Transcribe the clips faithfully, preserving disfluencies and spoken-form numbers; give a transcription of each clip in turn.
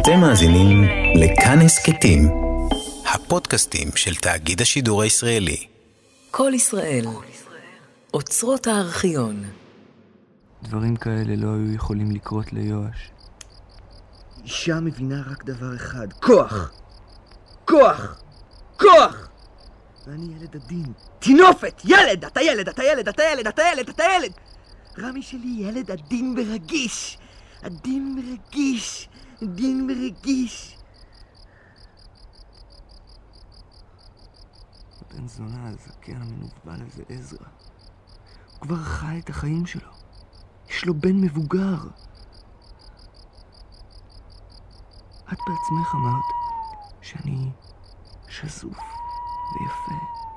אתם מאזינים לכאן הסכתים, הפודקאסטים של תאגיד השידור הישראלי. כל ישראל, אוצרות הארכיון. דברים כאלה לא היו יכולים לקרות ליואש. אישה מבינה רק דבר אחד, כוח! כוח! כוח! ואני ילד עדין. תינופת! ילד! אתה ילד! אתה ילד! אתה ילד! אתה ילד! אתה ילד! רמי שלי ילד עדין ורגיש. עדין ורגיש. עדין ורגיש. הבן זונה הזקן המנובל הזה עזרא. הוא כבר חי את החיים שלו. יש לו בן מבוגר. את בעצמך אמרת שאני שזוף ויפה.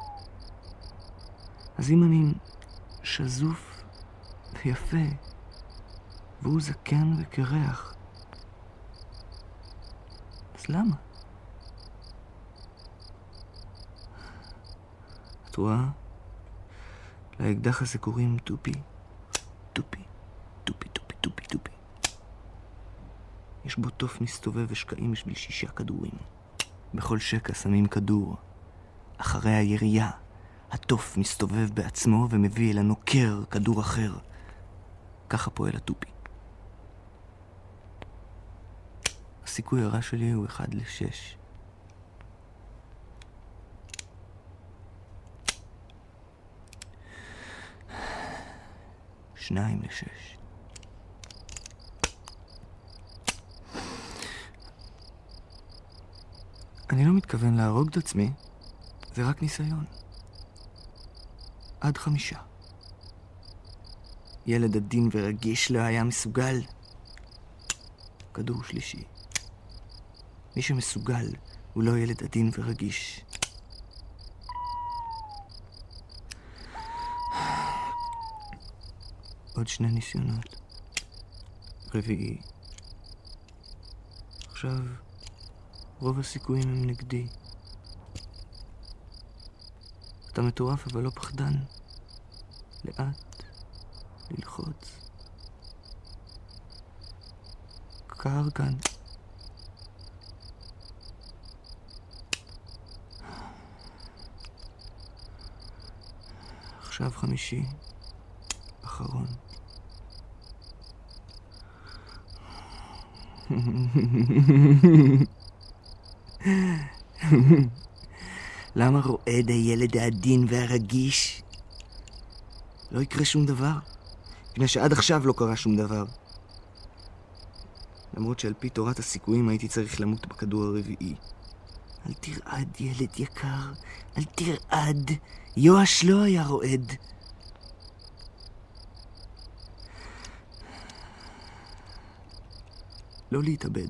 אז אם אני שזוף ויפה והוא זקן וקרח, אז למה? את רואה? לאקדח הזה קוראים טופי. טופי, טופי, טופי, טופי, טופי. יש בו תוף מסתובב ושקעים בשביל שישה כדורים. בכל שקע שמים כדור. אחרי הירייה, התוף מסתובב בעצמו ומביא אל הנוקר כדור אחר. ככה פועל הטופי. הסיכוי הרע שלי הוא אחד לשש. שניים לשש. אני לא מתכוון להרוג את עצמי, זה רק ניסיון. עד חמישה. ילד עדין ורגיש לא היה מסוגל. כדור שלישי. מי שמסוגל הוא לא ילד עדין ורגיש. עוד שני ניסיונות. רביעי. עכשיו רוב הסיכויים הם נגדי. אתה מטורף אבל לא פחדן. לאט, ללחוץ. קר כאן. עכשיו חמישי. אחרון. למה רועד הילד העדין והרגיש? לא יקרה שום דבר, כדי שעד עכשיו לא קרה שום דבר. למרות שעל פי תורת הסיכויים הייתי צריך למות בכדור הרביעי. אל תרעד ילד יקר, אל תרעד. יואש לא היה רועד. לא להתאבד.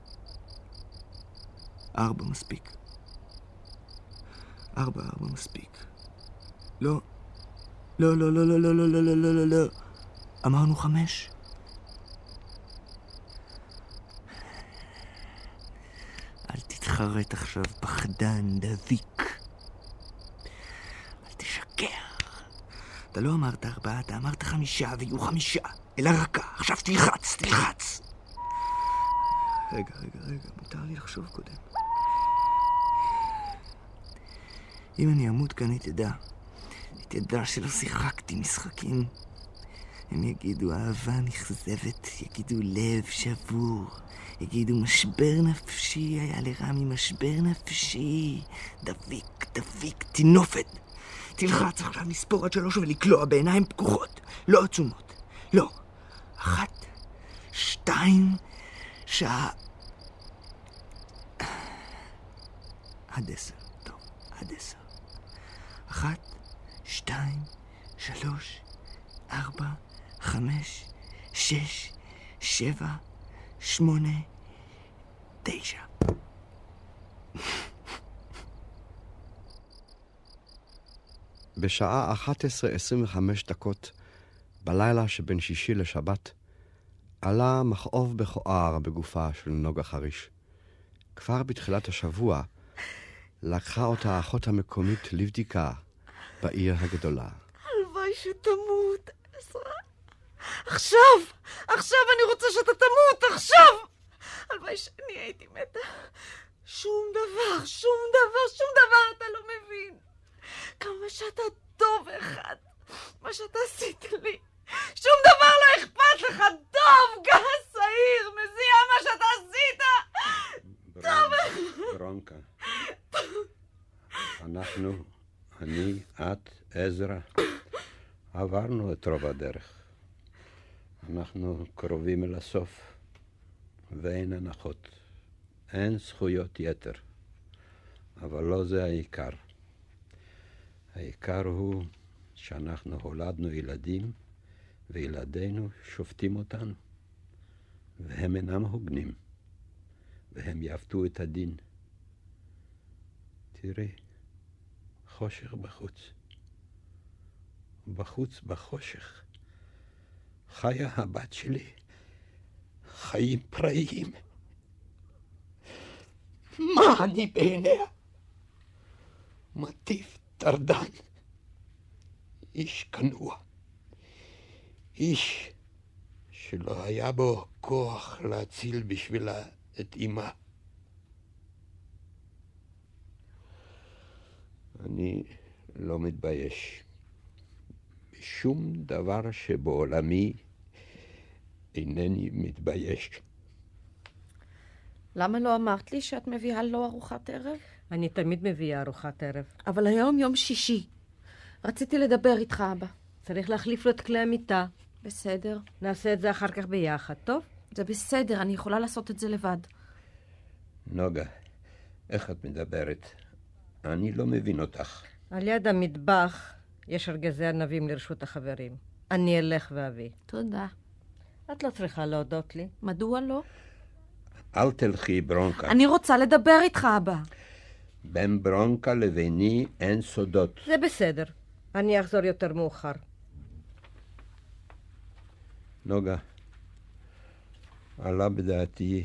ארבע מספיק. ארבע, ארבע מספיק. לא. לא, לא, לא, לא, לא, לא, לא, לא, לא, לא. אמרנו חמש. אל תתחרט עכשיו, פחדן, דביק. אל תשקר. אתה לא אמרת ארבעה, אתה אמרת חמישה, ויהיו חמישה. אלא רכה. עכשיו תלחץ, תלחץ. רגע, רגע, רגע, מותר לי לחשוב קודם. אם אני אמות כאן, היא תדע. היא תדע שלא שיחקתי משחקים. הם יגידו אהבה נכזבת, יגידו לב שבור, יגידו משבר נפשי, היה לרמי משבר נפשי. דביק, דביק, תינופת. תלחץ עכשיו לספור עד שלוש ולקלוע בעיניים פקוחות. לא עצומות. לא. אחת, שתיים, שעה. עד עשר. טוב, עד עשר. אחת, שתיים, שלוש, ארבע, חמש, שש, שבע, שמונה, תשע. בשעה אחת עשרה עשרים וחמש דקות בלילה שבין שישי לשבת עלה מכאוב בכוער בגופה של נוגה חריש. כבר בתחילת השבוע לקחה אותה האחות המקומית לבדיקה בעיר הגדולה. הלוואי שתמות, עזרא. עכשיו, עכשיו אני רוצה שאתה תמות, עכשיו! הלוואי הלוואי שאני הייתי מתה. שום דבר, שום דבר, שום דבר אתה לא מבין. כמה שאתה טוב אחד. מה שאתה עשית לי. שום דבר לא אכפת לך. טוב, גס, העיר, מזיע מה שאתה עשית. טוב. ברונקה. אנחנו, אני, את, עזרא, עברנו את רוב הדרך. אנחנו קרובים אל הסוף, ואין הנחות. אין זכויות יתר. אבל לא זה העיקר. העיקר הוא שאנחנו הולדנו ילדים, וילדינו שופטים אותנו. והם אינם הוגנים. והם יעבדו את הדין. תראי, חושך בחוץ. בחוץ, בחושך. חיה הבת שלי חיים פראיים. מה אני בעיניה? מטיף טרדן. איש כנוע. איש שלא היה בו כוח להציל בשבילה את אמא. אני לא מתבייש. בשום דבר שבעולמי אינני מתבייש. למה לא אמרת לי שאת מביאה לו ארוחת ערב? אני תמיד מביאה ארוחת ערב. אבל היום יום שישי. רציתי לדבר איתך, אבא. צריך להחליף לו את כלי המיטה. בסדר. נעשה את זה אחר כך ביחד, טוב? זה בסדר, אני יכולה לעשות את זה לבד. נוגה, איך את מדברת? אני לא מבין אותך. על יד המטבח יש ארגזי ענבים לרשות החברים. אני אלך ואביא. תודה. את לא צריכה להודות לי. מדוע לא? אל תלכי, ברונקה. אני רוצה לדבר איתך, אבא. בין ברונקה לביני אין סודות. זה בסדר. אני אחזור יותר מאוחר. נוגה, עלה בדעתי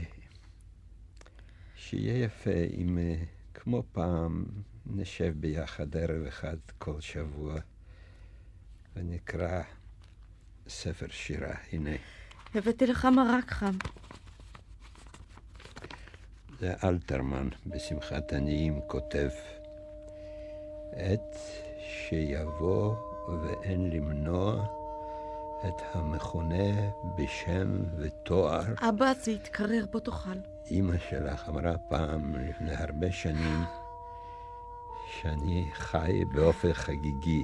שיהיה יפה אם כמו פעם נשב ביחד ערב אחד כל שבוע ונקרא ספר שירה. הנה. הבאתי לך מרק חם. זה אלתרמן בשמחת עניים כותב, עת שיבוא ואין למנוע את המכונה בשם ותואר. אבא, זה יתקרר, בוא תאכל. אמא שלך אמרה פעם לפני הרבה שנים שאני חי באופן חגיגי.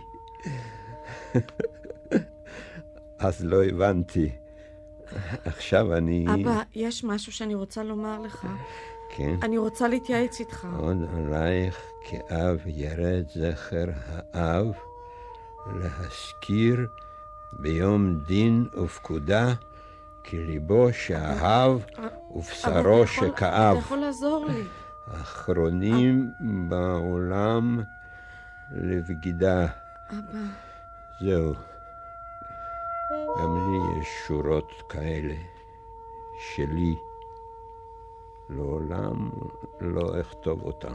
אז לא הבנתי. עכשיו אני... אבא, יש משהו שאני רוצה לומר לך. כן? אני רוצה להתייעץ איתך. עוד עלייך כאב ירד זכר האב, להזכיר ביום דין ופקודה, כי ליבו שאהב ובשרו שכאב. אתה יכול לעזור לי. אחרונים בעולם לבגידה. אבא. זהו. גם לי יש שורות כאלה, שלי. לעולם לא אכתוב אותן.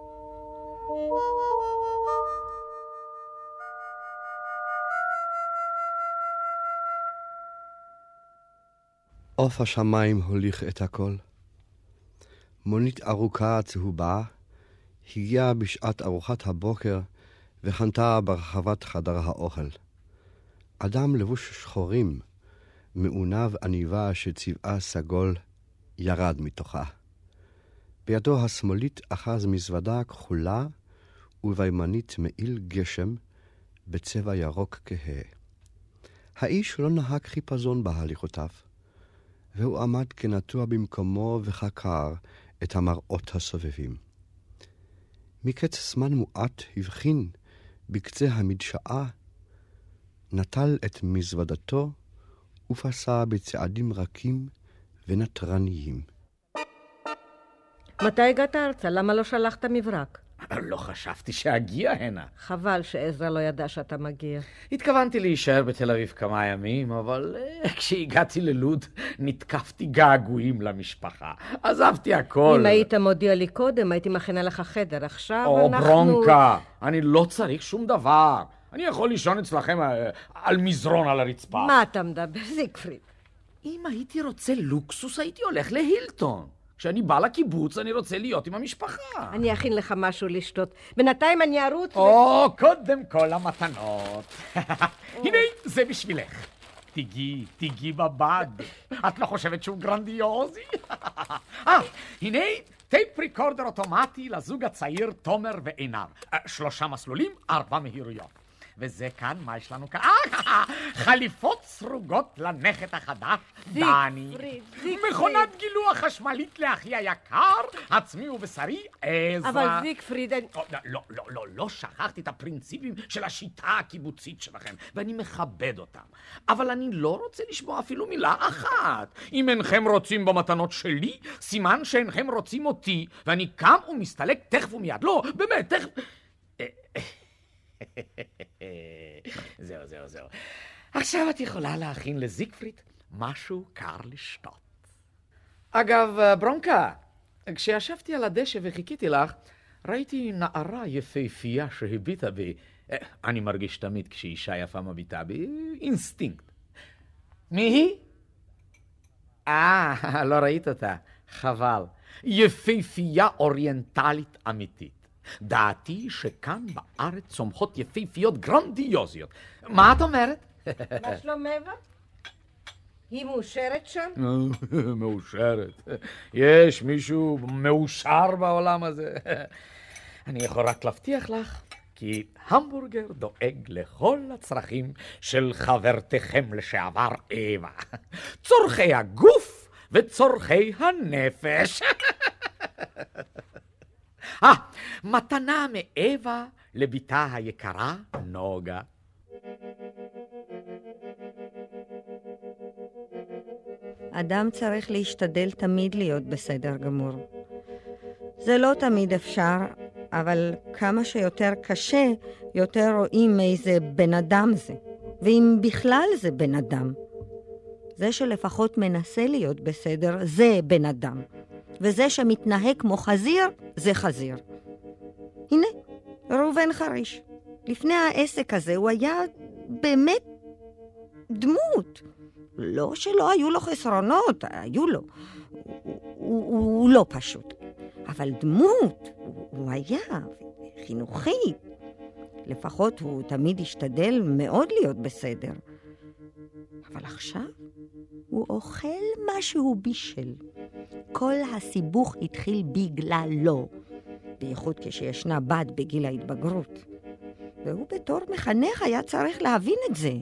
עוף השמיים הוליך את הכל. מונית ארוכה צהובה הגיעה בשעת ארוחת הבוקר וחנתה ברחבת חדר האוכל. אדם לבוש שחורים, מעונב עניבה שצבעה סגול, ירד מתוכה. בידו השמאלית אחז מזוודה כחולה ובימנית מעיל גשם בצבע ירוק כהה. האיש לא נהג חיפזון בהליכותיו, והוא עמד כנטוע במקומו וחקר את המראות הסובבים. מקץ זמן מועט הבחין בקצה המדשאה, נטל את מזוודתו ופסע בצעדים רכים ונטרניים. מתי הגעת ארצה? למה לא שלחת מברק? לא חשבתי שאגיע הנה. חבל שעזרא לא ידע שאתה מגיע. התכוונתי להישאר בתל אביב כמה ימים, אבל uh, כשהגעתי ללוד נתקפתי געגועים למשפחה. עזבתי הכל. אם היית מודיע לי קודם, הייתי מכינה לך חדר. עכשיו או, אנחנו... או ברונקה, אני לא צריך שום דבר. אני יכול לישון אצלכם uh, על מזרון על הרצפה. מה אתה מדבר, זיגפריד? אם הייתי רוצה לוקסוס, הייתי הולך להילטון. כשאני בא לקיבוץ אני רוצה להיות עם המשפחה. אני אכין לך משהו לשתות. בינתיים אני ארוץ... או, קודם כל המתנות. הנה, זה בשבילך. תיגי, תיגי בבד. את לא חושבת שהוא גרנדיוזי? אה, הנה, טייפ ריקורדר אוטומטי לזוג הצעיר תומר ועינב. שלושה מסלולים, ארבע מהירויות. וזה כאן, מה יש לנו כאן? אה, חליפות סרוגות לנכד החדש, דני. מכונת גילוח חשמלית לאחי היקר, עצמי ובשרי, עזרא. אבל זיגפריד... לא, לא, לא, לא שכחתי את הפרינציפים של השיטה הקיבוצית שלכם, ואני מכבד אותם. אבל אני לא רוצה לשמוע אפילו מילה אחת. אם אינכם רוצים במתנות שלי, סימן שאינכם רוצים אותי, ואני קם ומסתלק תכף ומיד. לא, באמת, תכף... זהו, זהו, זהו. עכשיו את יכולה להכין לזיגפריד משהו קר לשתות. אגב, ברונקה, כשישבתי על הדשא וחיכיתי לך, ראיתי נערה יפהפייה שהביטה בי. אני מרגיש תמיד כשאישה יפה מביטה בי, אינסטינקט. מי היא? אה, לא ראית אותה. חבל. יפהפייה אוריינטלית אמיתית. דעתי שכאן בארץ צומחות יפהפיות גרנדיוזיות. מה את אומרת? מה שלומך? היא מאושרת שם? מאושרת. יש מישהו מאושר בעולם הזה. אני יכול רק להבטיח לך כי המבורגר דואג לכל הצרכים של חברתכם לשעבר אווה. צורכי הגוף וצורכי הנפש. אה, מתנה מאווה לביתה היקרה נוגה. אדם צריך להשתדל תמיד להיות בסדר גמור. זה לא תמיד אפשר, אבל כמה שיותר קשה, יותר רואים איזה בן אדם זה. ואם בכלל זה בן אדם. זה שלפחות מנסה להיות בסדר, זה בן אדם. וזה שמתנהג כמו חזיר, זה חזיר. הנה, ראובן חריש. לפני העסק הזה הוא היה באמת דמות. לא שלא היו לו חסרונות, היו לו. הוא, הוא, הוא לא פשוט. אבל דמות, הוא, הוא היה חינוכית. לפחות הוא תמיד השתדל מאוד להיות בסדר. אבל עכשיו הוא אוכל משהו בישל. כל הסיבוך התחיל בגללו, בייחוד כשישנה בת בגיל ההתבגרות. והוא בתור מחנך היה צריך להבין את זה.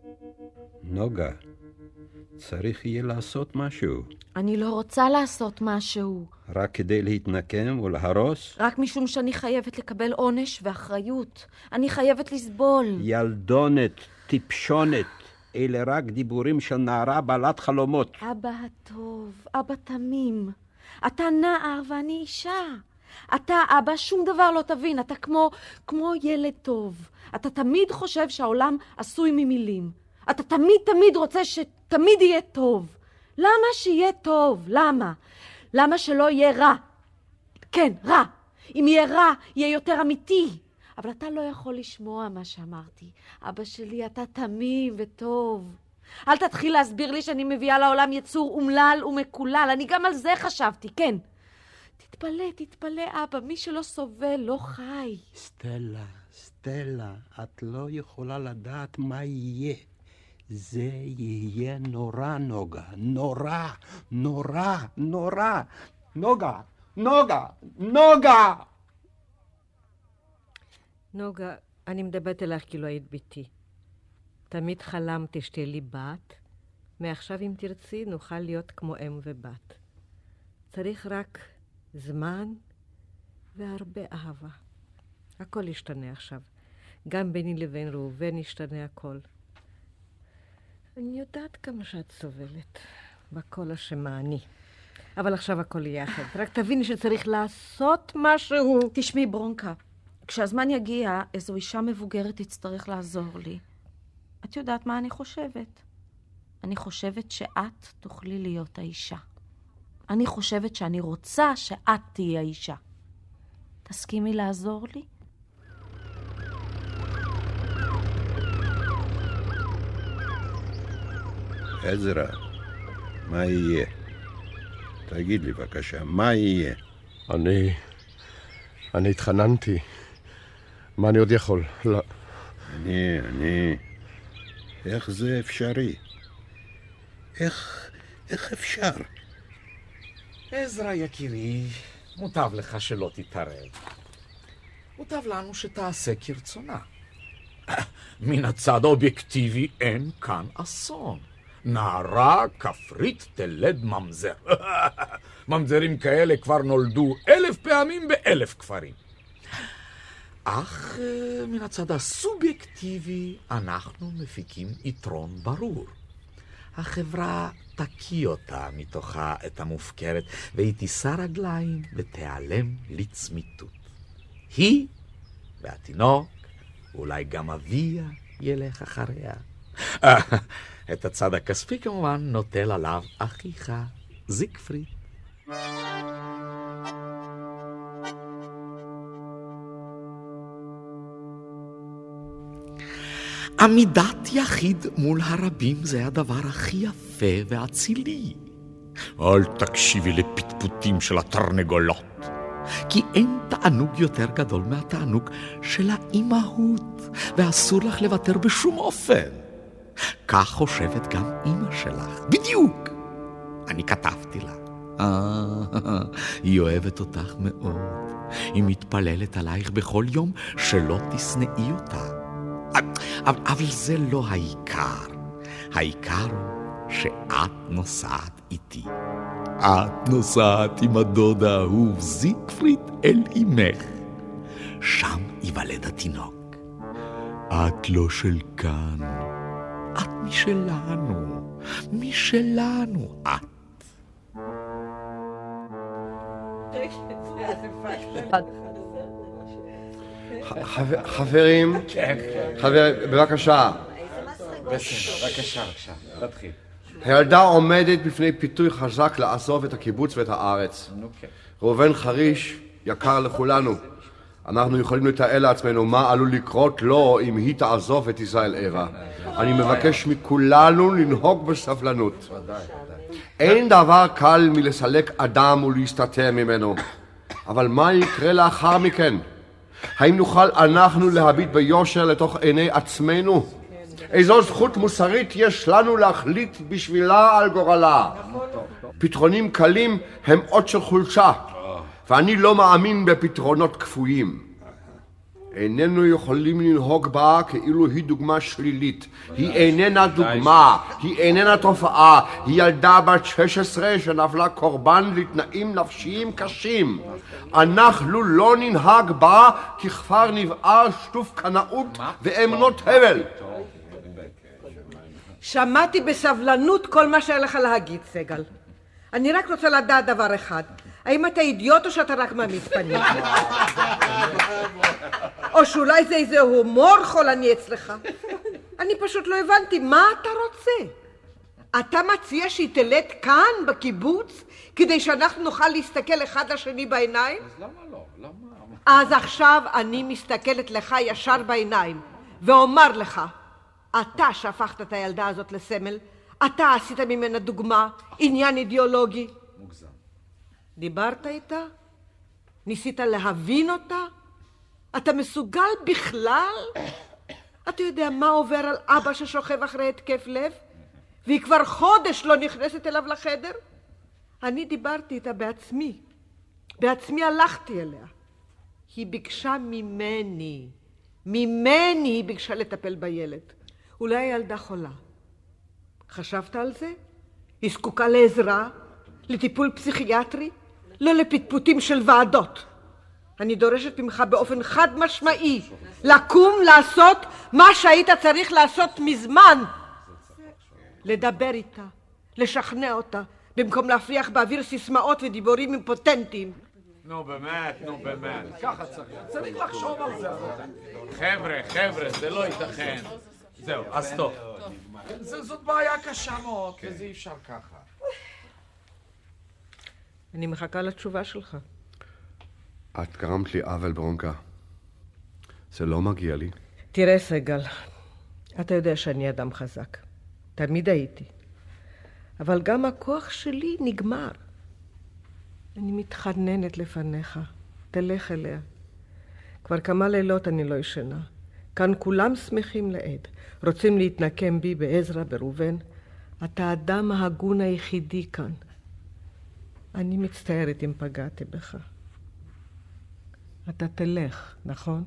נוגה, צריך יהיה לעשות משהו. אני לא רוצה לעשות משהו. רק כדי להתנקם ולהרוס? רק משום שאני חייבת לקבל עונש ואחריות. אני חייבת לסבול. ילדונת, טיפשונת. אלה רק דיבורים של נערה בעלת חלומות. אבא הטוב, אבא תמים. אתה נער ואני אישה. אתה אבא שום דבר לא תבין. אתה כמו, כמו ילד טוב. אתה תמיד חושב שהעולם עשוי ממילים. אתה תמיד תמיד רוצה שתמיד יהיה טוב. למה שיהיה טוב? למה? למה שלא יהיה רע? כן, רע. אם יהיה רע, יהיה יותר אמיתי. אבל אתה לא יכול לשמוע מה שאמרתי. אבא שלי, אתה תמים וטוב. אל תתחיל להסביר לי שאני מביאה לעולם יצור אומלל ומקולל. אני גם על זה חשבתי, כן. תתפלא, תתפלא, אבא. מי שלא סובל, לא חי. סטלה, סטלה, את לא יכולה לדעת מה יהיה. זה יהיה נורא, נוגה. נורא, נורא, נורא. נוגה, נוגה, נוגה! נוגה, אני מדברת אליך כאילו היית ביתי. תמיד חלמתי שתהיה לי בת. מעכשיו אם תרצי נוכל להיות כמו אם ובת. צריך רק זמן והרבה אהבה. הכל ישתנה עכשיו. גם ביני לבין ראובן ישתנה הכל. אני יודעת כמה שאת סובלת. בכל אשמה אני. אבל עכשיו הכל יהיה אחר. רק תביני שצריך לעשות משהו. תשמעי ברונקה. כשהזמן יגיע, איזו אישה מבוגרת תצטרך לעזור לי. את יודעת מה אני חושבת? אני חושבת שאת תוכלי להיות האישה. אני חושבת שאני רוצה שאת תהיי האישה. תסכימי לעזור לי? עזרא, מה יהיה? תגיד לי בבקשה, מה יהיה? אני... אני התחננתי. מה אני עוד יכול? לא. אני... אני... איך זה אפשרי? איך... איך אפשר? עזרא יקירי, מוטב לך שלא תתערב. מוטב לנו שתעשה כרצונה. מן הצד האובייקטיבי אין כאן אסון. נערה כפרית תלד ממזר. ממזרים כאלה כבר נולדו אלף פעמים באלף כפרים. אך מן הצד הסובייקטיבי אנחנו מפיקים יתרון ברור. החברה תקיא אותה מתוכה את המופקרת, והיא תישא רגליים ותיעלם לצמיתות. היא והתינוק, אולי גם אביה, ילך אחריה. את הצד הכספי כמובן נוטל עליו אחיך, זיגפריד. עמידת יחיד מול הרבים זה הדבר הכי יפה והצילי. אל תקשיבי לפטפוטים של התרנגולות, כי אין תענוג יותר גדול מהתענוג של האימהות, ואסור לך לוותר בשום אופן. כך חושבת גם אמא שלך, בדיוק. אני כתבתי לה. אה, היא אוהבת אותך מאוד. היא מתפללת עלייך בכל יום שלא תשנאי אותה. אבל, אבל זה לא העיקר. העיקר הוא שאת נוסעת איתי. את נוסעת עם הדוד האהוב זיגפריד אל אמך. שם ייוולד התינוק. את לא של כאן. את משלנו. משלנו את. חברים, חברים, בבקשה. בבקשה, בבקשה, תתחיל. הילדה עומדת בפני פיתוי חזק לעזוב את הקיבוץ ואת הארץ. ראובן חריש יקר לכולנו. אנחנו יכולים לתאר לעצמנו מה עלול לקרות לו אם היא תעזוב את ישראל ערה. אני מבקש מכולנו לנהוג בסבלנות. אין דבר קל מלסלק אדם ולהסתתר ממנו. אבל מה יקרה לאחר מכן? האם נוכל אנחנו להביט ביושר לתוך עיני עצמנו? איזו זכות מוסרית יש לנו להחליט בשבילה על גורלה? פתרונים קלים הם עוד של חולשה, ואני לא מאמין בפתרונות כפויים. איננו יכולים לנהוג בה כאילו היא דוגמה שלילית. היא איננה דוגמה, היא איננה תופעה. היא ילדה בת שש עשרה שנפלה קורבן לתנאים נפשיים קשים. אנחנו לא ננהג בה ככפר נבער שטוף קנאות ואמונות הבל. שמעתי בסבלנות כל מה שהיה לך להגיד, סגל. אני רק רוצה לדעת דבר אחד. האם אתה אידיוט או שאתה רק מעמיד פנים? או שאולי זה איזה הומור חולני אצלך? אני פשוט לא הבנתי, מה אתה רוצה? אתה מציע שהיא תלד כאן בקיבוץ כדי שאנחנו נוכל להסתכל אחד לשני בעיניים? אז למה לא? למה? אז עכשיו אני מסתכלת לך ישר בעיניים ואומר לך, אתה שהפכת את הילדה הזאת לסמל, אתה עשית ממנה דוגמה, עניין אידיאולוגי. מוגזם. דיברת איתה? ניסית להבין אותה? אתה מסוגל בכלל? אתה יודע מה עובר על אבא ששוכב אחרי התקף לב? והיא כבר חודש לא נכנסת אליו לחדר? אני דיברתי איתה בעצמי. בעצמי הלכתי אליה. היא ביקשה ממני. ממני היא ביקשה לטפל בילד. אולי הילדה חולה. חשבת על זה? היא זקוקה לעזרה? לטיפול פסיכיאטרי? לא לפטפוטים של ועדות. אני דורשת ממך באופן חד משמעי לקום לעשות מה שהיית צריך לעשות מזמן. לדבר איתה, לשכנע אותה, במקום להפריח באוויר סיסמאות ודיבורים אימפוטנטיים. נו באמת, נו באמת, ככה צריך. צריך לחשוב על זה. חבר'ה, חבר'ה, זה לא ייתכן. זהו, אז טוב. זאת בעיה קשה מאוד, וזה אי אפשר ככה. אני מחכה לתשובה שלך. את גרמת לי עוול, ברונקה. זה לא מגיע לי. תראה, סגל, אתה יודע שאני אדם חזק. תמיד הייתי. אבל גם הכוח שלי נגמר. אני מתחננת לפניך. תלך אליה. כבר כמה לילות אני לא ישנה. כאן כולם שמחים לעד. רוצים להתנקם בי בעזרא, בראובן. אתה האדם ההגון היחידי כאן. אני מצטערת אם פגעתי בך. אתה תלך, נכון?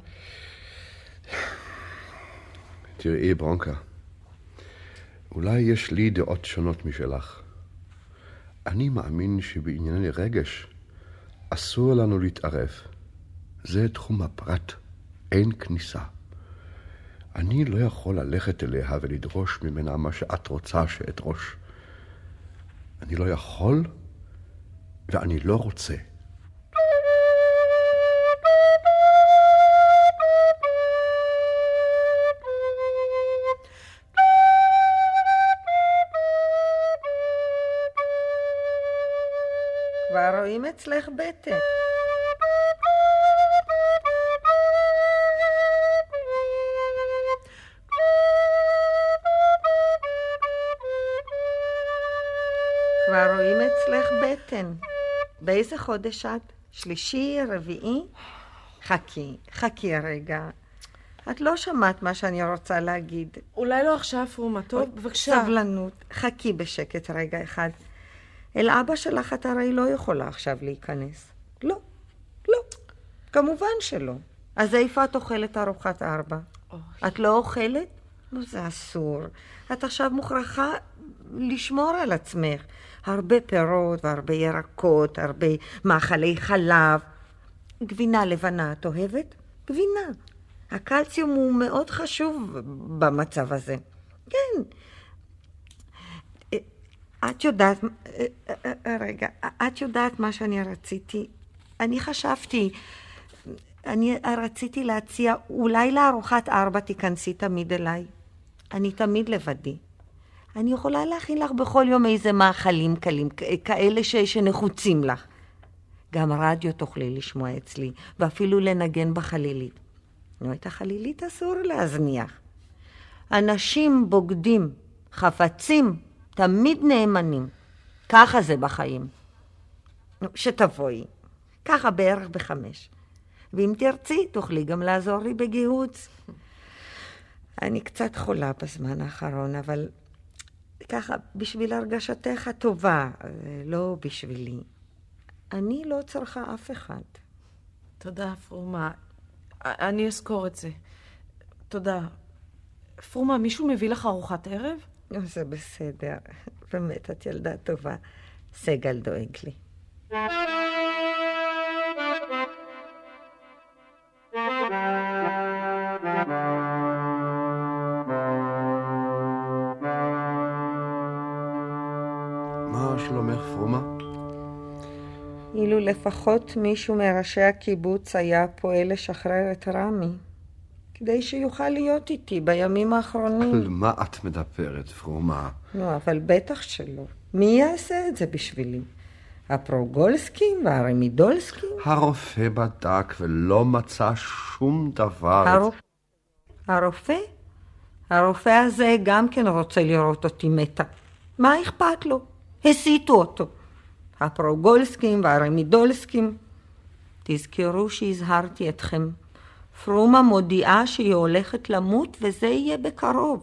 תראי, ברונקה, אולי יש לי דעות שונות משלך. אני מאמין שבענייני רגש אסור לנו להתערב. זה תחום הפרט, אין כניסה. אני לא יכול ללכת אליה ולדרוש ממנה מה שאת רוצה שאדרוש. אני לא יכול ואני לא רוצה. כבר רואים אצלך בטן. כבר רואים אצלך בטן. באיזה חודש את? שלישי, רביעי? חכי, חכי רגע. את לא שמעת מה שאני רוצה להגיד. אולי לא עכשיו, פרומה, טוב? בבקשה. סבלנות. חכי בשקט רגע אחד. אל אבא שלך את הרי לא יכולה עכשיו להיכנס. לא, לא. כמובן שלא. אז איפה את אוכלת ארוחת ארבע? אוי. את לא אוכלת? לא, זה אסור. את עכשיו מוכרחה לשמור על עצמך. הרבה פירות והרבה ירקות, הרבה מאכלי חלב. גבינה לבנה את אוהבת? גבינה. הקלציום הוא מאוד חשוב במצב הזה. כן. את יודעת, רגע, את יודעת מה שאני רציתי? אני חשבתי, אני רציתי להציע, אולי לארוחת ארבע תיכנסי תמיד אליי. אני תמיד לבדי. אני יכולה להכין לך בכל יום איזה מאכלים קלים, כאלה ש, שנחוצים לך. גם רדיו תוכלי לשמוע אצלי, ואפילו לנגן בחלילית. נו, את החלילית אסור להזניח. אנשים בוגדים, חפצים, תמיד נאמנים. ככה זה בחיים. נו, שתבואי. ככה בערך בחמש. ואם תרצי, תוכלי גם לעזור לי בגיהוץ. אני קצת חולה בזמן האחרון, אבל ככה, בשביל הרגשתך הטובה, לא בשבילי. אני לא צריכה אף אחד. תודה, פרומה. אני אזכור את זה. תודה. פרומה, מישהו מביא לך ארוחת ערב? זה בסדר. באמת, את ילדה טובה. סגל דואג לי. מה שלומך, פרומה? אילו לפחות מישהו מראשי הקיבוץ היה פועל לשחרר את רמי, כדי שיוכל להיות איתי בימים האחרונים. על מה את מדברת, פרומה? נו, אבל בטח שלא. מי יעשה את זה בשבילי? הפרוגולסקים והרמידולסקים? הרופא בדק ולא מצא שום דבר. הר... הרופא? הרופא הזה גם כן רוצה לראות אותי מתה. מה אכפת לו? הסיטו אותו. הפרוגולסקים והרמידולסקים. תזכרו שהזהרתי אתכם. פרומה מודיעה שהיא הולכת למות וזה יהיה בקרוב.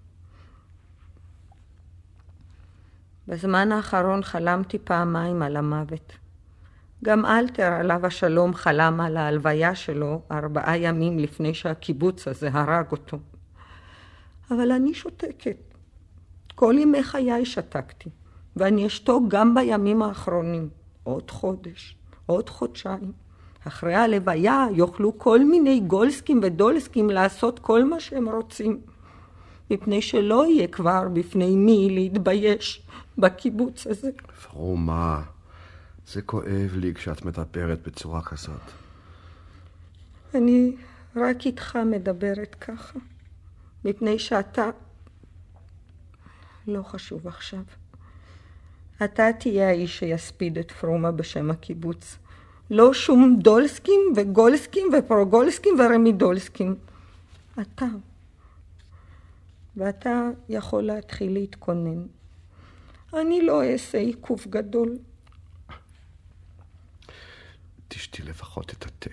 בזמן האחרון חלמתי פעמיים על המוות. גם אלתר עליו השלום חלם על ההלוויה שלו ארבעה ימים לפני שהקיבוץ הזה הרג אותו. אבל אני שותקת. כל ימי חיי שתקתי. ואני אשתוק גם בימים האחרונים. עוד חודש, עוד חודשיים. אחרי הלוויה יוכלו כל מיני גולסקים ודולסקים לעשות כל מה שהם רוצים. מפני שלא יהיה כבר בפני מי להתבייש בקיבוץ הזה. פרומה, זה כואב לי כשאת מדברת בצורה כזאת. אני רק איתך מדברת ככה. מפני שאתה לא חשוב עכשיו. אתה תהיה האיש שיספיד את פרומה בשם הקיבוץ. לא שום דולסקים וגולסקים ופרוגולסקים ורמידולסקים. אתה. ואתה יכול להתחיל להתכונן. אני לא אעשה עיכוב גדול. לפחות את התה.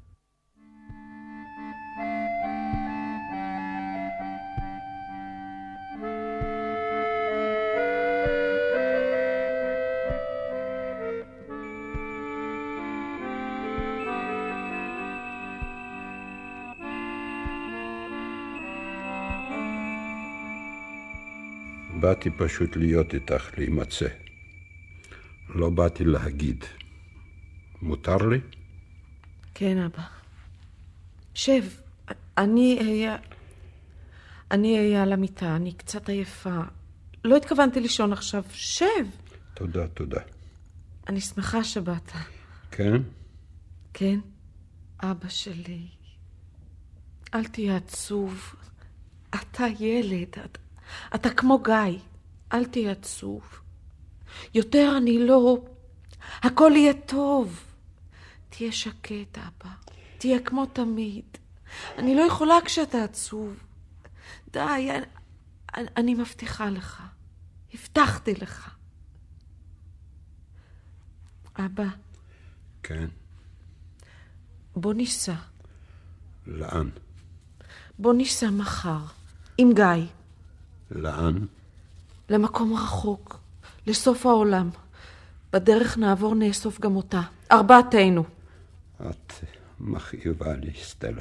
באתי פשוט להיות איתך, להימצא. לא באתי להגיד. מותר לי? כן, אבא. שב, אני אהיה... אני אהיה על המיטה, אני קצת עייפה. לא התכוונתי לישון עכשיו. שב. תודה, תודה. אני שמחה שבאת. כן? כן, אבא שלי. אל תהיה עצוב. אתה ילד, אתה... אתה כמו גיא, אל תהיה עצוב. יותר אני לא... הכל יהיה טוב. תהיה שקט, אבא. תהיה כמו תמיד. אני לא יכולה כשאתה עצוב. די, אני, אני, אני מבטיחה לך. הבטחתי לך. אבא. כן? בוא ניסע. לאן? בוא ניסע מחר. עם גיא. לאן? למקום רחוק, לסוף העולם. בדרך נעבור נאסוף גם אותה. ארבעתנו. את מכאיבה לי, סטלה.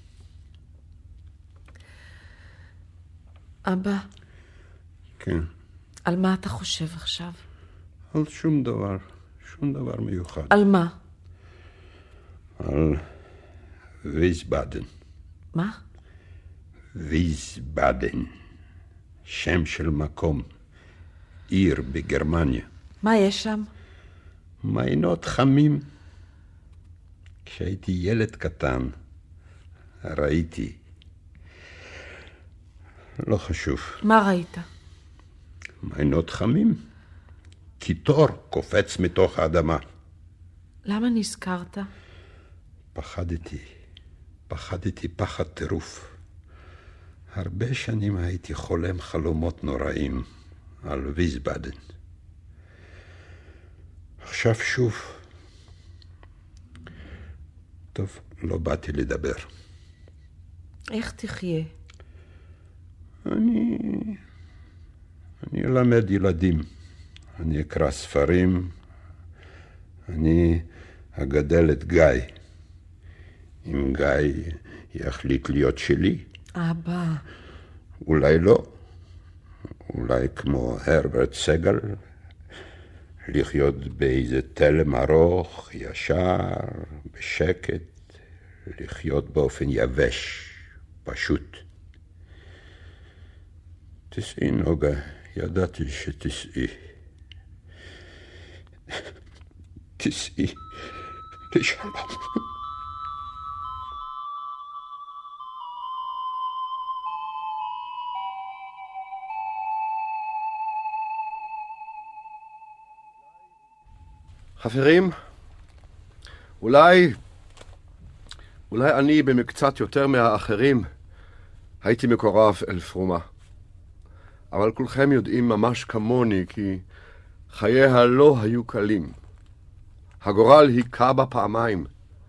אבא. כן. על מה אתה חושב עכשיו? על שום דבר, שום דבר מיוחד. על מה? על ויסבאדן. מה? ויסבאדן. שם של מקום, עיר בגרמניה. מה יש שם? מעיינות חמים. כשהייתי ילד קטן, ראיתי. לא חשוב. מה ראית? מעיינות חמים. קיטור קופץ מתוך האדמה. למה נזכרת? פחדתי. פחדתי פחד טירוף. הרבה שנים הייתי חולם חלומות נוראים על ויסבאדן. עכשיו שוב. טוב, לא באתי לדבר. איך תחיה? אני... אני אלמד ילדים. אני אקרא ספרים. אני אגדל את גיא. אם גיא יחליט להיות שלי. אבא. אולי לא. אולי כמו הרברט סגל, לחיות באיזה תלם ארוך, ישר, בשקט, לחיות באופן יבש, פשוט. תסעי נוגה, ידעתי שתסעי. תסעי לשלום. חברים, אולי, אולי אני במקצת יותר מהאחרים הייתי מקורב אל פרומה. אבל כולכם יודעים ממש כמוני כי חייה לא היו קלים. הגורל היכה בה פעמיים.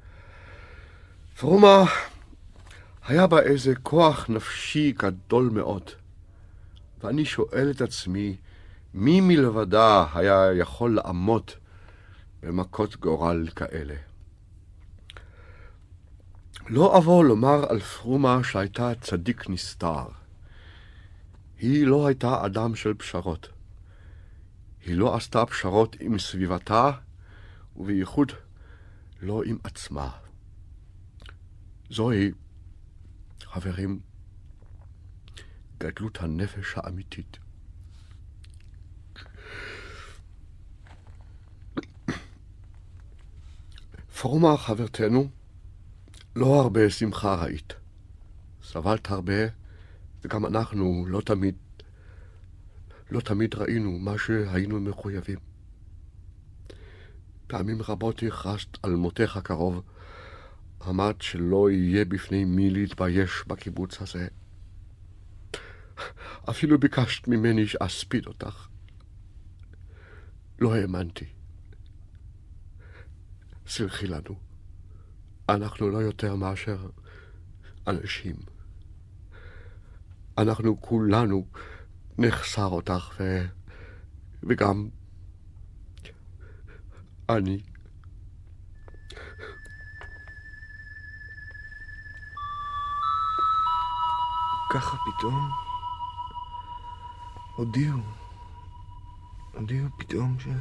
פרומה היה בה איזה כוח נפשי גדול מאוד. ואני שואל את עצמי, מי מלבדה היה יכול לעמוד במכות גורל כאלה? לא אבוא לומר על פרומה שהייתה צדיק נסתר. היא לא הייתה אדם של פשרות. היא לא עשתה פשרות עם סביבתה, ובייחוד לא עם עצמה. זוהי, חברים, גדלות הנפש האמיתית. פרומה חברתנו, לא הרבה שמחה ראית. סבלת הרבה, וגם אנחנו לא תמיד, לא תמיד ראינו מה שהיינו מחויבים. פעמים רבות הכרזת על מותך הקרוב, אמרת שלא יהיה בפני מי להתבייש בקיבוץ הזה. אפילו ביקשת ממני שאספיד אותך. לא האמנתי. סלחי לנו. אנחנו לא יותר מאשר אנשים. אנחנו כולנו נחסר אותך ו... וגם אני. ככה פתאום הודיעו, הודיעו פתאום ש...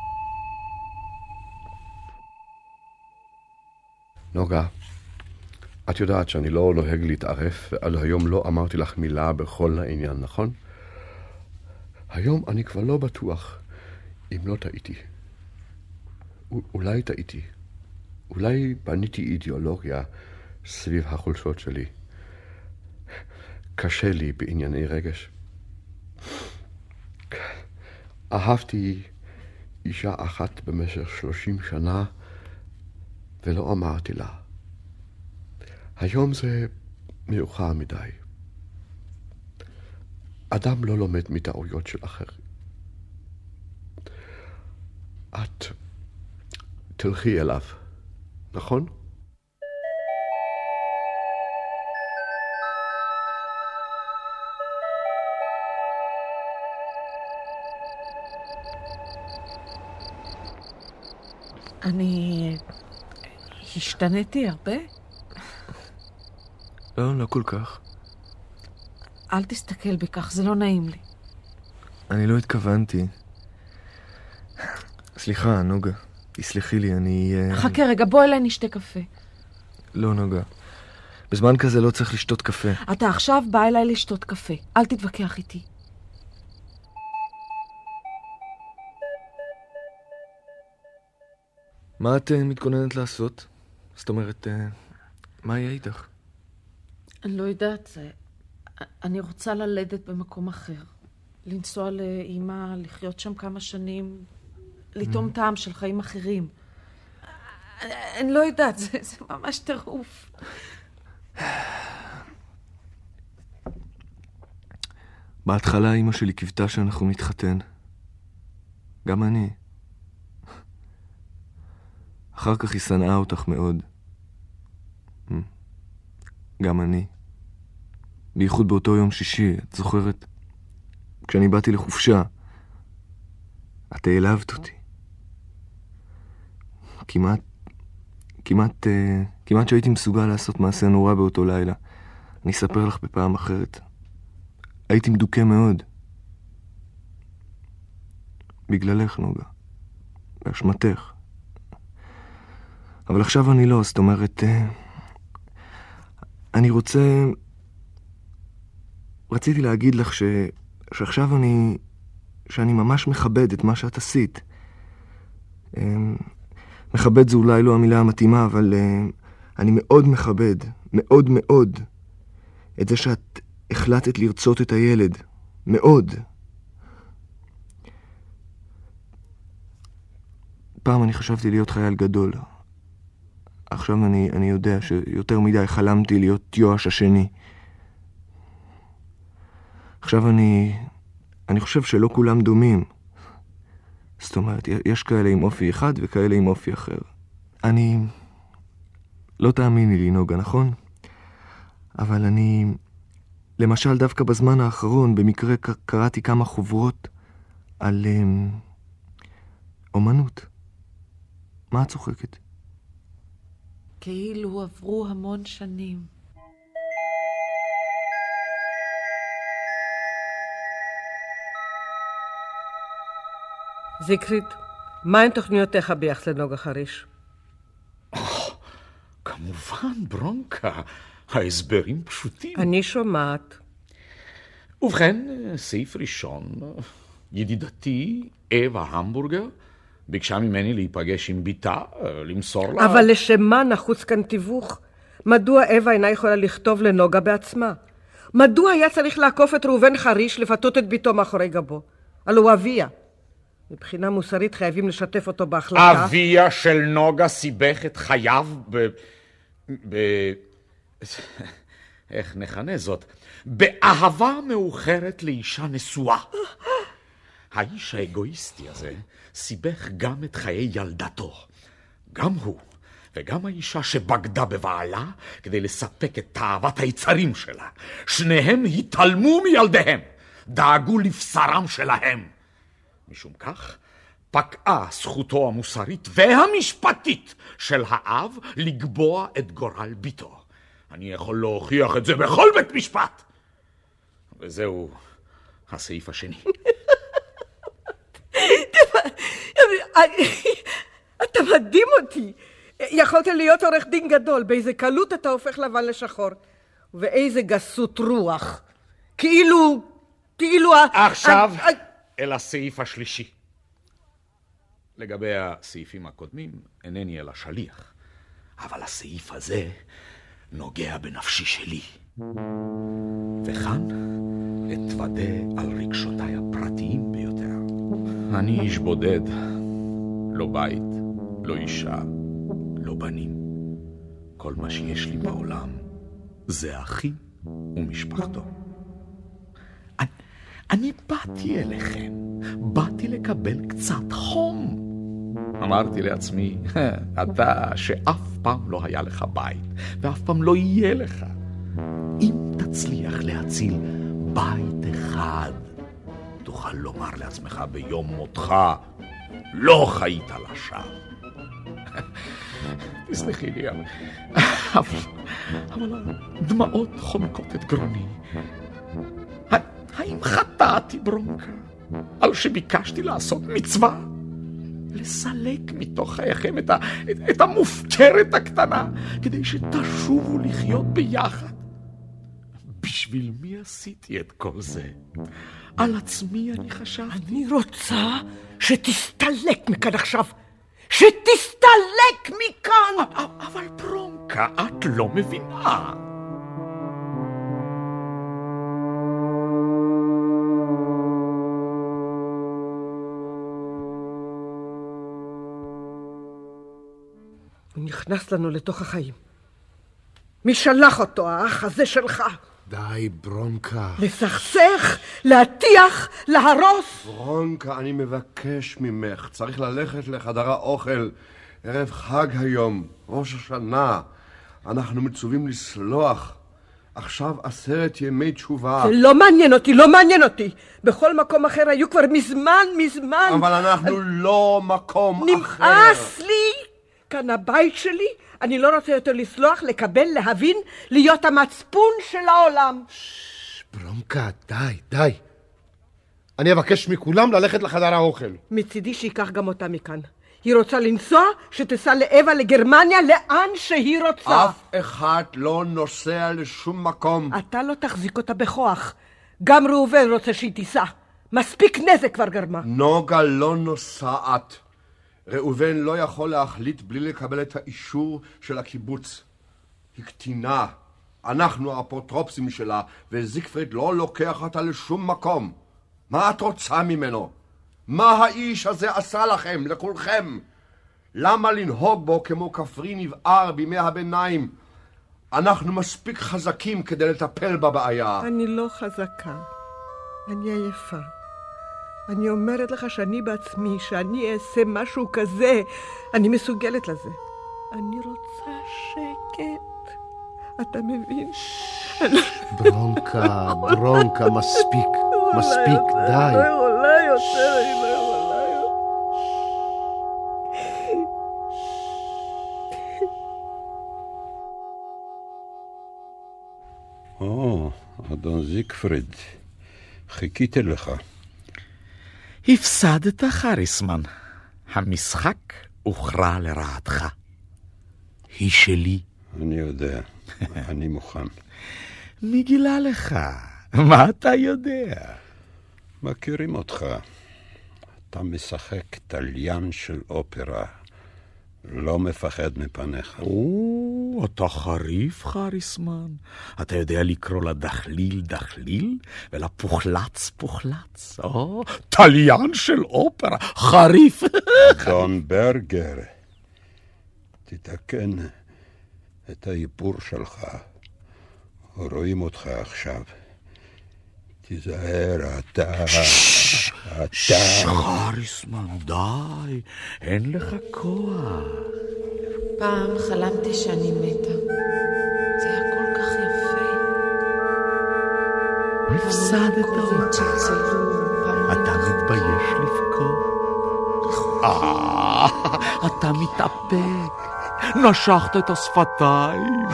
נוגה, את יודעת שאני לא נוהג להתערף, ועד היום לא אמרתי לך מילה בכל העניין, נכון? היום אני כבר לא בטוח אם לא טעיתי. אולי טעיתי. אולי בניתי אידיאולוגיה סביב החולשות שלי. קשה לי בענייני רגש. אהבתי אישה אחת במשך שלושים שנה, ולא אמרתי לה. היום זה מאוחר מדי. אדם לא לומד מטעויות של אחרים. את תלכי אליו, נכון? אני... השתניתי הרבה? לא, לא כל כך. אל תסתכל בי כך, זה לא נעים לי. אני לא התכוונתי. סליחה, נוגה, תסלחי לי, אני... חכה רגע, בוא אליי נשתה קפה. לא, נוגה. בזמן כזה לא צריך לשתות קפה. אתה עכשיו בא אליי לשתות קפה. אל תתווכח איתי. מה את uh, מתכוננת לעשות? זאת אומרת, uh, מה יהיה איתך? אני לא יודעת, זה... אני רוצה ללדת במקום אחר. לנסוע לאמא, לחיות שם כמה שנים, לטום mm. טעם של חיים אחרים. אני, אני לא יודעת, זה, זה ממש טירוף. בהתחלה אמא שלי קיוותה שאנחנו נתחתן. גם אני. אחר כך היא שנאה אותך מאוד. גם אני. בייחוד באותו יום שישי, את זוכרת? כשאני באתי לחופשה, את העלבת אותי. כמעט, כמעט, כמעט שהייתי מסוגל לעשות מעשה נורא באותו לילה. אני אספר לך בפעם אחרת. הייתי מדוכא מאוד. בגללך, נוגה. באשמתך. אבל עכשיו אני לא, זאת אומרת, אני רוצה, רציתי להגיד לך ש, שעכשיו אני, שאני ממש מכבד את מה שאת עשית. מכבד זה אולי לא המילה המתאימה, אבל אני מאוד מכבד, מאוד מאוד, את זה שאת החלטת לרצות את הילד. מאוד. פעם אני חשבתי להיות חייל גדול. עכשיו אני, אני יודע שיותר מדי חלמתי להיות יואש השני. עכשיו אני, אני חושב שלא כולם דומים. זאת אומרת, יש כאלה עם אופי אחד וכאלה עם אופי אחר. אני, לא תאמיני לי, נוגה, נכון? אבל אני, למשל דווקא בזמן האחרון, במקרה קראתי כמה חוברות על um, אומנות. מה את צוחקת? כאילו עברו המון שנים. זיקרית, מהן תוכניותיך ביחס לנוגה חריש? כמובן, ברונקה, ההסברים פשוטים. אני שומעת. ובכן, סעיף ראשון, ידידתי אווה המבורגר ביקשה ממני להיפגש עם ביתה, למסור לה... אבל לשם מה נחוץ כאן תיווך? מדוע אווה אינה יכולה לכתוב לנוגה בעצמה? מדוע היה צריך לעקוף את ראובן חריש לפתות את ביתו מאחורי גבו? הלא הוא אביה. מבחינה מוסרית חייבים לשתף אותו בהחלטה. אביה של נוגה סיבך את חייו ב... ב... איך נכנה זאת? באהבה מאוחרת לאישה נשואה. האיש האגואיסטי הזה סיבך גם את חיי ילדתו. גם הוא וגם האישה שבגדה בבעלה כדי לספק את תאוות היצרים שלה. שניהם התעלמו מילדיהם, דאגו לבשרם שלהם. משום כך פקעה זכותו המוסרית והמשפטית של האב לקבוע את גורל ביתו. אני יכול להוכיח את זה בכל בית משפט. וזהו הסעיף השני. אתה מדהים אותי. יכולת להיות עורך דין גדול. באיזה קלות אתה הופך לבן לשחור. ואיזה גסות רוח. כאילו, כאילו... עכשיו אל הסעיף השלישי. לגבי הסעיפים הקודמים אינני אלא שליח. אבל הסעיף הזה נוגע בנפשי שלי. וכאן אתוודה על רגשותיי הפרטיים ביותר. אני איש בודד, לא בית, לא אישה, לא בנים. כל מה שיש לי בעולם זה אחי ומשפחתו. אני, אני באתי אליכם, באתי לקבל קצת חום. אמרתי לעצמי, אתה שאף פעם לא היה לך בית, ואף פעם לא יהיה לך. אם תצליח להציל בית אחד, תוכל לומר לעצמך ביום מותך, לא חיית לשווא. תסלחי לי, אבל, אבל הדמעות חונקות את גרוני. האם חטאתי ברונקה על שביקשתי לעשות מצווה? לסלק מתוך חייכם את, ה, את, את המופקרת הקטנה, כדי שתשובו לחיות ביחד. בשביל מי עשיתי את כל זה? על עצמי אני חשבתי. אני רוצה שתסתלק מכאן עכשיו. שתסתלק מכאן! אבל ברונקה, את לא מבינה. הוא נכנס לנו לתוך החיים. מי שלח אותו, האח הזה שלך? די, ברונקה. לסכסך, להטיח, להרוס. ברונקה, אני מבקש ממך. צריך ללכת לחדר האוכל. ערב חג היום, ראש השנה. אנחנו מצווים לסלוח. עכשיו עשרת ימי תשובה. זה לא מעניין אותי, לא מעניין אותי. בכל מקום אחר היו כבר מזמן, מזמן. אבל אנחנו לא מקום אחר. נמאס לי. כאן הבית שלי. אני לא רוצה יותר לסלוח, לקבל, להבין, להיות המצפון של העולם. ברונקה, די, די. אני אבקש מכולם ללכת לחדר האוכל. מצידי שיקח גם אותה מכאן. היא רוצה לנסוע, שתסע לאווה לגרמניה, לאן שהיא רוצה. אף אחד לא נוסע לשום מקום. אתה לא תחזיק אותה בכוח. גם ראובן רוצה שהיא תיסע. מספיק נזק כבר גרמה. נוגה לא נוסעת. ראובן לא יכול להחליט בלי לקבל את האישור של הקיבוץ. היא קטינה. אנחנו האפוטרופסים שלה, וזיגפריד לא לוקח אותה לשום מקום. מה את רוצה ממנו? מה האיש הזה עשה לכם, לכולכם? למה לנהוג בו כמו כפרי נבער בימי הביניים? אנחנו מספיק חזקים כדי לטפל בבעיה. אני לא חזקה. אני עייפה. אני אומרת לך שאני בעצמי, שאני אעשה משהו כזה, אני מסוגלת לזה. אני רוצה שקט. אתה מבין? ברונקה, ברונקה, מספיק, מספיק, די. לא יכולה יותר, אני לא יכולה יותר. או, אדון זיגפריד, חיכיתי לך. הפסדת, חריסמן. המשחק הוכרע לרעתך. היא שלי. אני יודע. אני מוכן. מי גילה לך? מה אתה יודע? מכירים אותך. אתה משחק תליין של אופרה. לא מפחד מפניך. או, אתה חריף, חריסמן. אתה יודע לקרוא לדחליל דחליל, ולפוחלץ פוחלץ. או, תליין של אופרה. חריף. אדון ברגר, תתקן את האיפור שלך. רואים אותך עכשיו. תיזהר, אתה... אתה... חריסמן, די. אין לך כוח. פעם חלמתי שאני מתה. זה היה כל כך יפה. הפסדת אותי. אתה מתבייש לבכות. אה, אתה מתאפק. נשכת את השפתיים.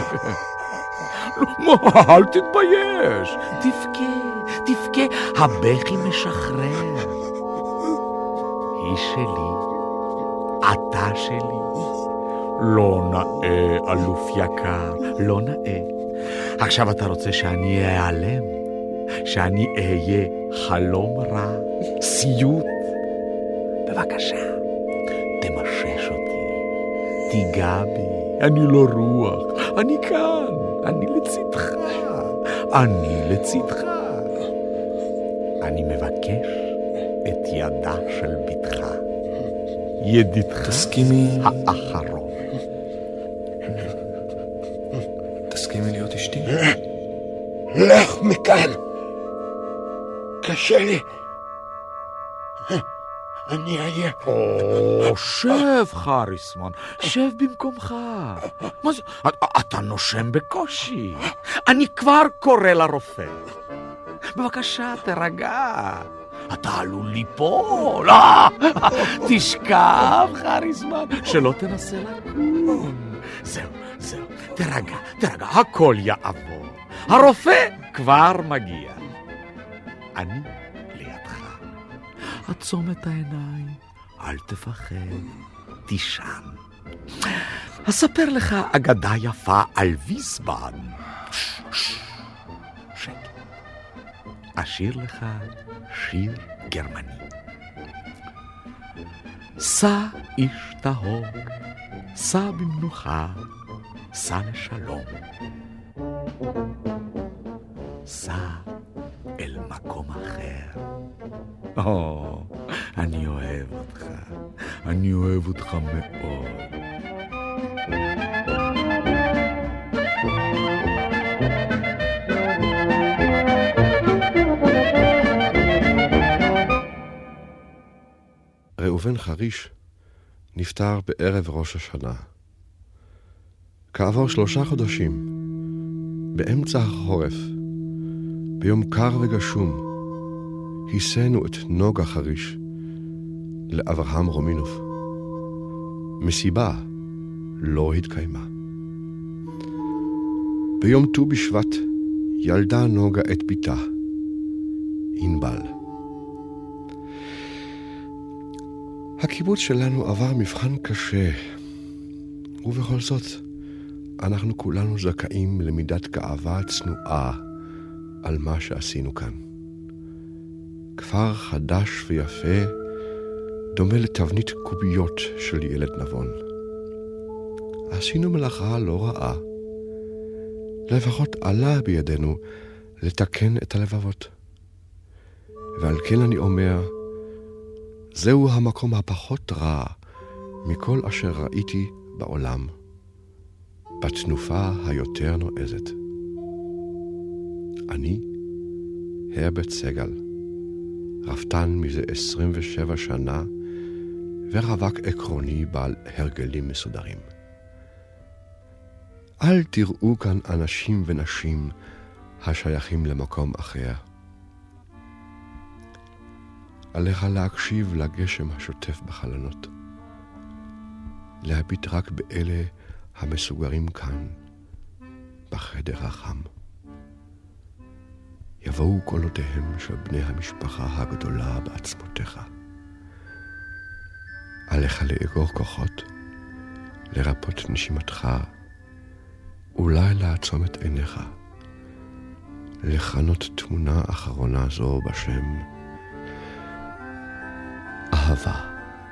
אל תתבייש. תבכה, תבכה. הבכי משחרר. היא שלי. אתה שלי. לא נאה, אלוף יקר, לא נאה. עכשיו אתה רוצה שאני אעלם? שאני אהיה חלום רע, סיוט? בבקשה, תמשש אותי, תיגע בי, אני לא רוח, אני כאן, אני לצדך, אני לצדך. אני מבקש את ידה של ביתך, ידידך תסכימי האחרון. תסכימי להיות אשתי? לך מכאן. קשה לי. אני אהיה. או, שב חריסמן, שב במקומך. מה זה? אתה נושם בקושי. אני כבר קורא לרופא. בבקשה, תרגע. אתה עלול ליפול. תשכב חריסמן, שלא תנסה לקום. זהו, זהו, תרגע, תרגע, הכל יעבור. הרופא כבר מגיע. אני לידך. עצום את העיניים, אל תפחד, תישן. אספר לך אגדה יפה על ויסבן. שקט. אשיר לך שיר גרמני. סע איש טהור, סע במנוחה, סע לשלום. סע אל מקום אחר. או, אני אוהב אותך. אני אוהב אותך מאוד. ראובן חריש נפטר בערב ראש השנה. כעבור שלושה חודשים, באמצע החורף, ביום קר וגשום, היסנו את נוגה חריש לאברהם רומינוב. מסיבה לא התקיימה. ביום ט"ו בשבט ילדה נוגה את ביתה, ענבל. הקיבוץ שלנו עבר מבחן קשה, ובכל זאת אנחנו כולנו זכאים למידת גאווה צנועה על מה שעשינו כאן. כפר חדש ויפה, דומה לתבנית קוביות של ילד נבון. עשינו מלאכה לא רעה. לפחות עלה בידינו לתקן את הלבבות. ועל כן אני אומר, זהו המקום הפחות רע מכל אשר ראיתי בעולם, בתנופה היותר נועזת. אני, הרברט סגל, רפתן מזה עשרים ושבע שנה, ורווק עקרוני בעל הרגלים מסודרים. אל תראו כאן אנשים ונשים השייכים למקום אחר. עליך להקשיב לגשם השוטף בחלונות. להביט רק באלה המסוגרים כאן, בחדר החם. יבואו קולותיהם של בני המשפחה הגדולה בעצמותיך. עליך לאגור כוחות, לרפות נשימתך, אולי לעצום את עיניך, לכנות תמונה אחרונה זו בשם אהבה.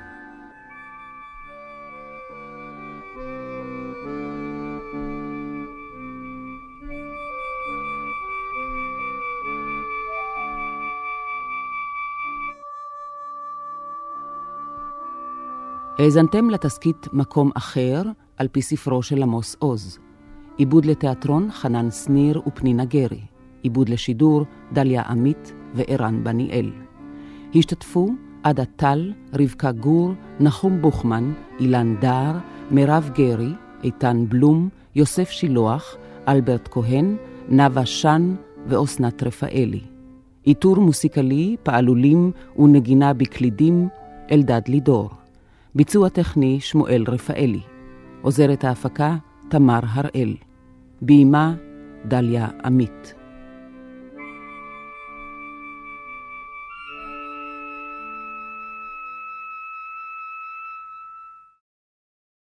האזנתם לתסקית מקום אחר על פי ספרו של עמוס עוז. עיבוד לתיאטרון חנן סניר ופנינה גרי. עיבוד לשידור דליה עמית וערן בניאל. השתתפו עדה טל, רבקה גור, נחום בוחמן, אילן דאר, מירב גרי, איתן בלום, יוסף שילוח, אלברט כהן, נווה שן ואוסנת רפאלי. איתור מוסיקלי, פעלולים ונגינה בקלידים, אלדד לידור. ביצוע טכני, שמואל רפאלי. עוזרת ההפקה, תמר הראל. בימה, דליה עמית.